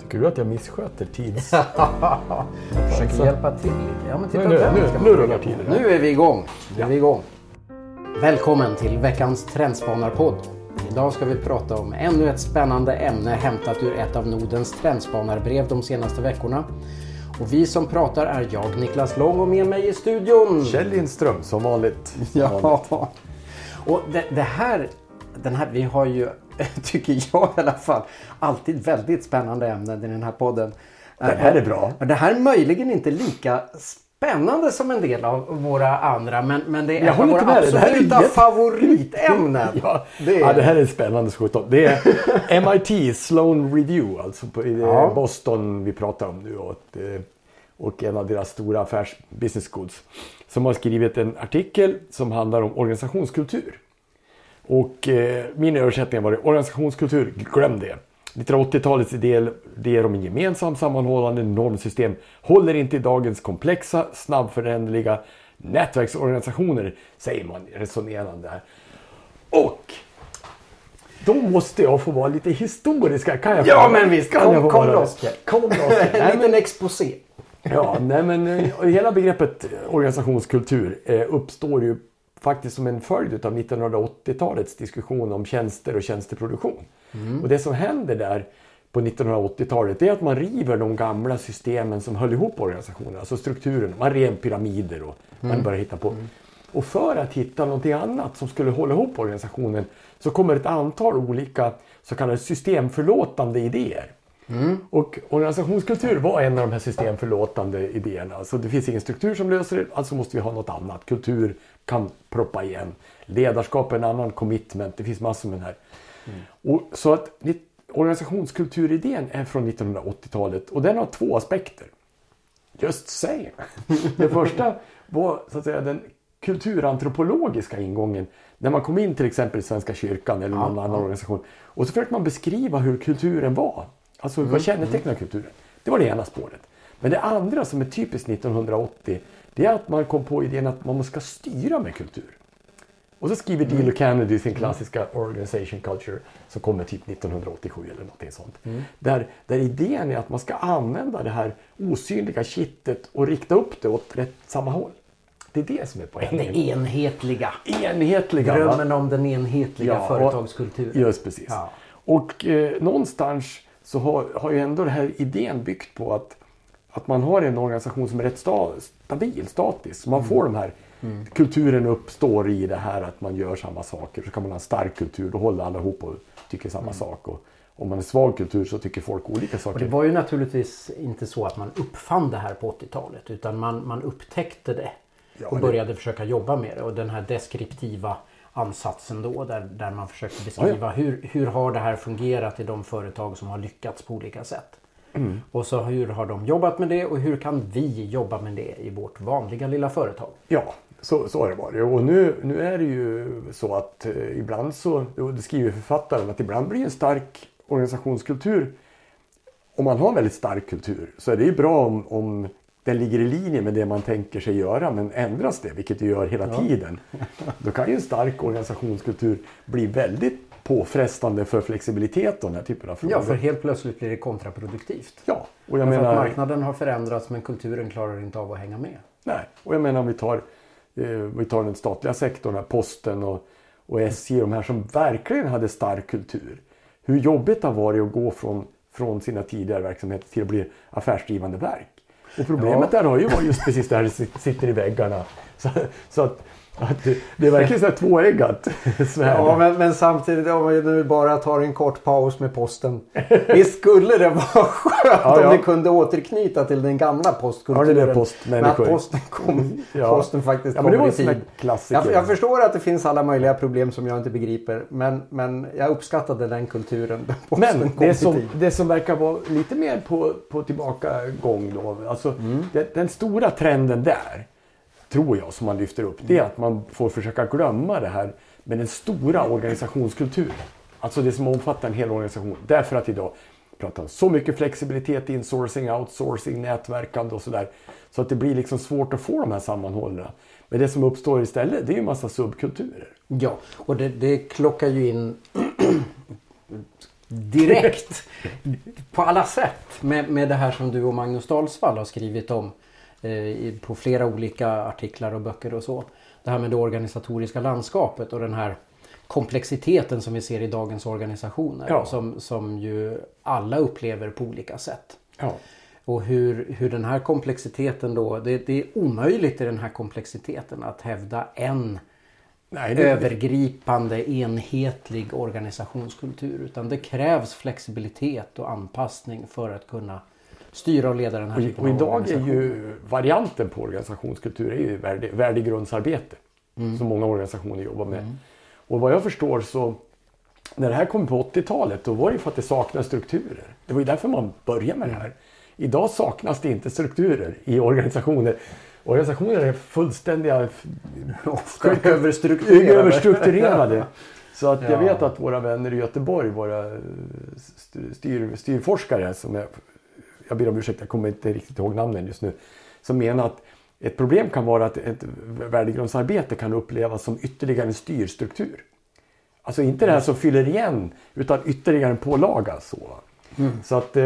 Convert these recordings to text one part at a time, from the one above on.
Tycker du att jag missköter tids? Försöker hjälpa till lite. Ja, men titta, nu rullar tiden. Nu är vi igång. Välkommen till veckans Trendspanarpodd. Idag ska vi prata om ännu ett spännande ämne hämtat ur ett av Nordens trendspanarbrev de senaste veckorna. Och vi som pratar är jag, Niklas Lång, och med mig i studion Kjell Lindström, som vanligt. Ja, och den här, vi har ju, tycker jag i alla fall, alltid väldigt spännande ämnen i den här podden. Det här är bra. Det här är möjligen inte lika spännande som en del av våra andra, men det är ett av våra absoluta favoritämnen. Det här är spännande skjut. Det är MIT Sloan Review, alltså i Boston vi pratar om nu, och en av deras stora business schools, som har skrivit en artikel som handlar om organisationskultur. Och min översättning var det: organisationskultur, glöm det. 1980-talets idéer om en gemensam sammanhållande normsystem håller inte i dagens komplexa, snabbföränderliga nätverksorganisationer, säger man resonerande här. Och då måste jag få vara lite historiska. Kan jag ja, men visst. Kom loss. En liten exposé. Ja, nej, men hela begreppet organisationskultur uppstår ju faktiskt som en följd av 1980-talets diskussion om tjänster och tjänsteproduktion. Och det som händer där på 1980-talet är att man river de gamla systemen som höll ihop organisationen, alltså strukturen. Man rev pyramider och man börjar hitta på. Och för att hitta någonting annat som skulle hålla ihop organisationen så kommer ett antal olika så kallade systemförlåtande idéer. Och organisationskultur var en av de här systemförlåtande idéerna. Alltså det finns ingen struktur som löser det, alltså måste vi ha något annat. Kultur kan proppa igen. Ledarskap är en annan, commitment, det finns massor med den här. Och så att organisationskulturidén är från 1980-talet och den har två aspekter. Just saying. Det första var så att säga den kulturantropologiska ingången. När man kom in till exempel i Svenska kyrkan eller någon annan organisation. Och så försökte man beskriva hur kulturen var. Alltså vad kännetecknar kulturen. Det var det ena spåret. Men det andra som är typiskt 1980, det är att man kom på idén att man ska styra med kultur. Och så skriver Dale Carnegie sin klassiska Organization Culture som kommer typ 1987 eller någonting sånt. Där idén är att man ska använda det här osynliga kittet och rikta upp det åt samma håll. Det är det som är poängen. Det enhetliga. Drömmen om den enhetliga företagskulturen. Just precis. Ja. Och någonstans så har ju ändå den här idén byggt på att man har en organisation som är rätt stabil, statisk. Man får de här kulturen uppstår i det här att man gör samma saker. Så kan man ha en stark kultur, då håller alla ihop och tycker samma sak. Och om man är svag kultur så tycker folk olika saker. Och det var ju naturligtvis inte så att man uppfann det här på 80-talet, utan man upptäckte det och började försöka jobba med det. Och den här deskriptiva ansatsen då, där man försökte beskriva hur har det här fungerat i de företag som har lyckats på olika sätt. Och så hur har de jobbat med det och hur kan vi jobba med det i vårt vanliga lilla företag? Ja, så har det varit. Och nu är det ju så att ibland så, det skriver författaren, att ibland blir en stark organisationskultur, om man har en väldigt stark kultur, så är det ju bra om den ligger i linje med det man tänker sig göra, men ändras det, vilket det gör hela tiden, då kan ju en stark organisationskultur bli väldigt påfrestande för flexibilitet och den här typen av frågor. Ja, för helt plötsligt blir det kontraproduktivt. Ja, och jag menar att marknaden har förändrats men kulturen klarar inte av att hänga med. Nej, och jag menar om vi tar den statliga sektorn, Posten och SJ, de här som verkligen hade stark kultur. Hur jobbigt det har varit att gå från sina tidigare verksamheter till att bli affärsdrivande verk. Och problemet där har ju varit just precis det här det sitter i väggarna. Så att det är verkligen så här tvåeggat svärd. Ja, men samtidigt, om vi nu bara tar en kort paus med posten. Visst skulle det vara skönt om vi kunde återknyta till den gamla postkulturen. Ja, det är postmänniskor. Men att posten faktiskt kommer det var i tid. Jag förstår att det finns alla möjliga problem som jag inte begriper. Men jag uppskattade den kulturen. Men det som verkar vara lite mer på tillbakagång då. Alltså den stora trenden där, tror jag, som man lyfter upp, det är att man får försöka glömma det här med den stora organisationskulturen. Alltså det som omfattar en hel organisation. Därför att idag pratar om så mycket flexibilitet, insourcing, outsourcing, nätverkande och sådär. Så att det blir liksom svårt att få de här sammanhållna. Men det som uppstår istället, det är ju en massa subkulturer. Ja, och det klockar ju in direkt på alla sätt med det här som du och Magnus Dalsvall har skrivit om på flera olika artiklar och böcker och så. Det här med det organisatoriska landskapet och den här komplexiteten som vi ser i dagens organisationer som ju alla upplever på olika sätt. Ja. Och hur den här komplexiteten då, det är omöjligt i den här komplexiteten att hävda en övergripande, enhetlig organisationskultur. Utan det krävs flexibilitet och anpassning för att kunna styra och leda den här typen av organisation. Och idag är ju varianten på organisationskultur är ju värdegrundsarbete. Som många organisationer jobbar med. Och vad jag förstår så, när det här kom på 80-talet, då var det för att det saknades strukturer. Det var ju därför man började med det här. Idag saknas det inte strukturer i organisationer. Organisationer är fullständiga överstrukturerade. Så att jag vet att våra vänner i Göteborg, våra styrforskare, som jag ber om ursäkt, jag kommer inte riktigt ihåg namnen just nu, som menar att ett problem kan vara att ett värdegrundsarbete kan upplevas som ytterligare en styrstruktur. Alltså inte det här som fyller igen, utan ytterligare en pålaga. Så att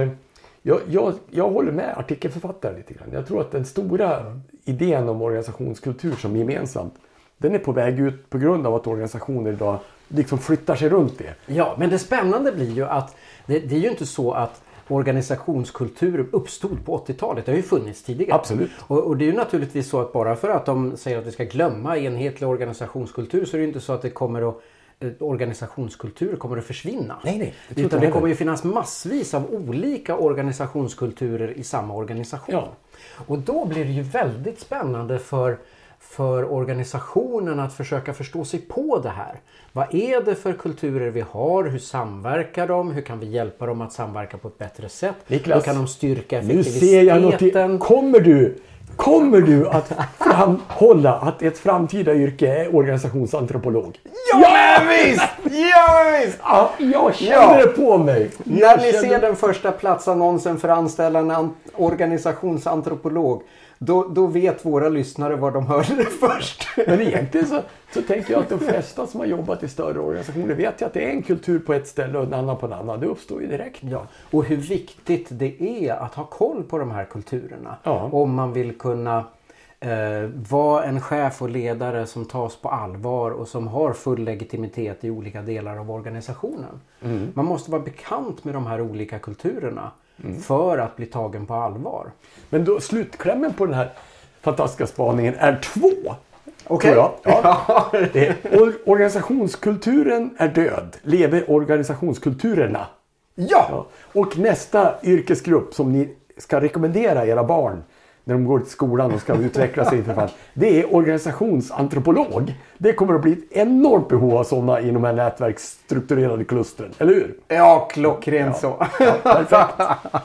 jag håller med artikelförfattaren lite grann. Jag tror att den stora idén om organisationskultur som gemensamt, den är på väg ut på grund av att organisationer idag liksom flyttar sig runt det. Ja, men det spännande blir ju att det är ju inte så att organisationskultur uppstod på 80-talet. Det har ju funnits tidigare. Absolut. Och det är ju naturligtvis så att bara för att de säger att vi ska glömma enhetlig organisationskultur så är det inte så att det kommer att organisationskultur kommer att försvinna. Nej. Utan det kommer ju finnas massvis av olika organisationskulturer i samma organisation. Ja. Och då blir det ju väldigt spännande för organisationen att försöka förstå sig på det här. Vad är det för kulturer vi har? Hur samverkar de? Hur kan vi hjälpa dem att samverka på ett bättre sätt? Niklas, hur kan de styrka effektiviteten? Nu ser jag något. Kommer du att framhålla att ett framtida yrke är organisationsantropolog? Ja, visst! Ja, jag känner det på mig. När ni ser den första platsannonsen för anställa en organisationsantropolog, då vet våra lyssnare vad de hörde det först. Men egentligen så tänker jag att de flesta som har jobbat i större organisationer vet ju att det är en kultur på ett ställe och en annan på en annan. Det uppstår ju direkt. Ja. Och hur viktigt det är att ha koll på de här kulturerna. Ja. Om man vill kunna vara en chef och ledare som tas på allvar och som har full legitimitet i olika delar av organisationen. Man måste vara bekant med de här olika kulturerna för att bli tagen på allvar. Men då slutklämmen på den här fantastiska spaningen är 2. Okej. Ja. Organisationskulturen är död. Lever organisationskulturerna. Ja. Och nästa yrkesgrupp som ni ska rekommendera era barn när de går till skolan och ska utveckla sig inför fall, det är organisationsantropolog. Det kommer att bli ett enormt behov av sådana inom de här nätverksstrukturerade klustren, eller hur? Ja, klockrent så. Ja, perfekt.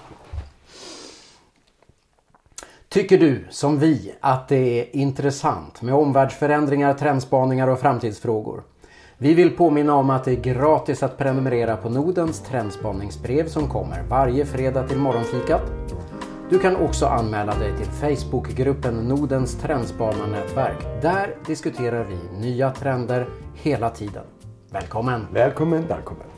Tycker du, som vi, att det är intressant med omvärldsförändringar, trendspaningar och framtidsfrågor? Vi vill påminna om att det är gratis att prenumerera på Nodens trendspaningsbrev som kommer varje fredag till morgonfikat. Du kan också anmäla dig till Facebookgruppen Nodens trendspanarnätverk. Där diskuterar vi nya trender hela tiden. Välkommen! Välkommen.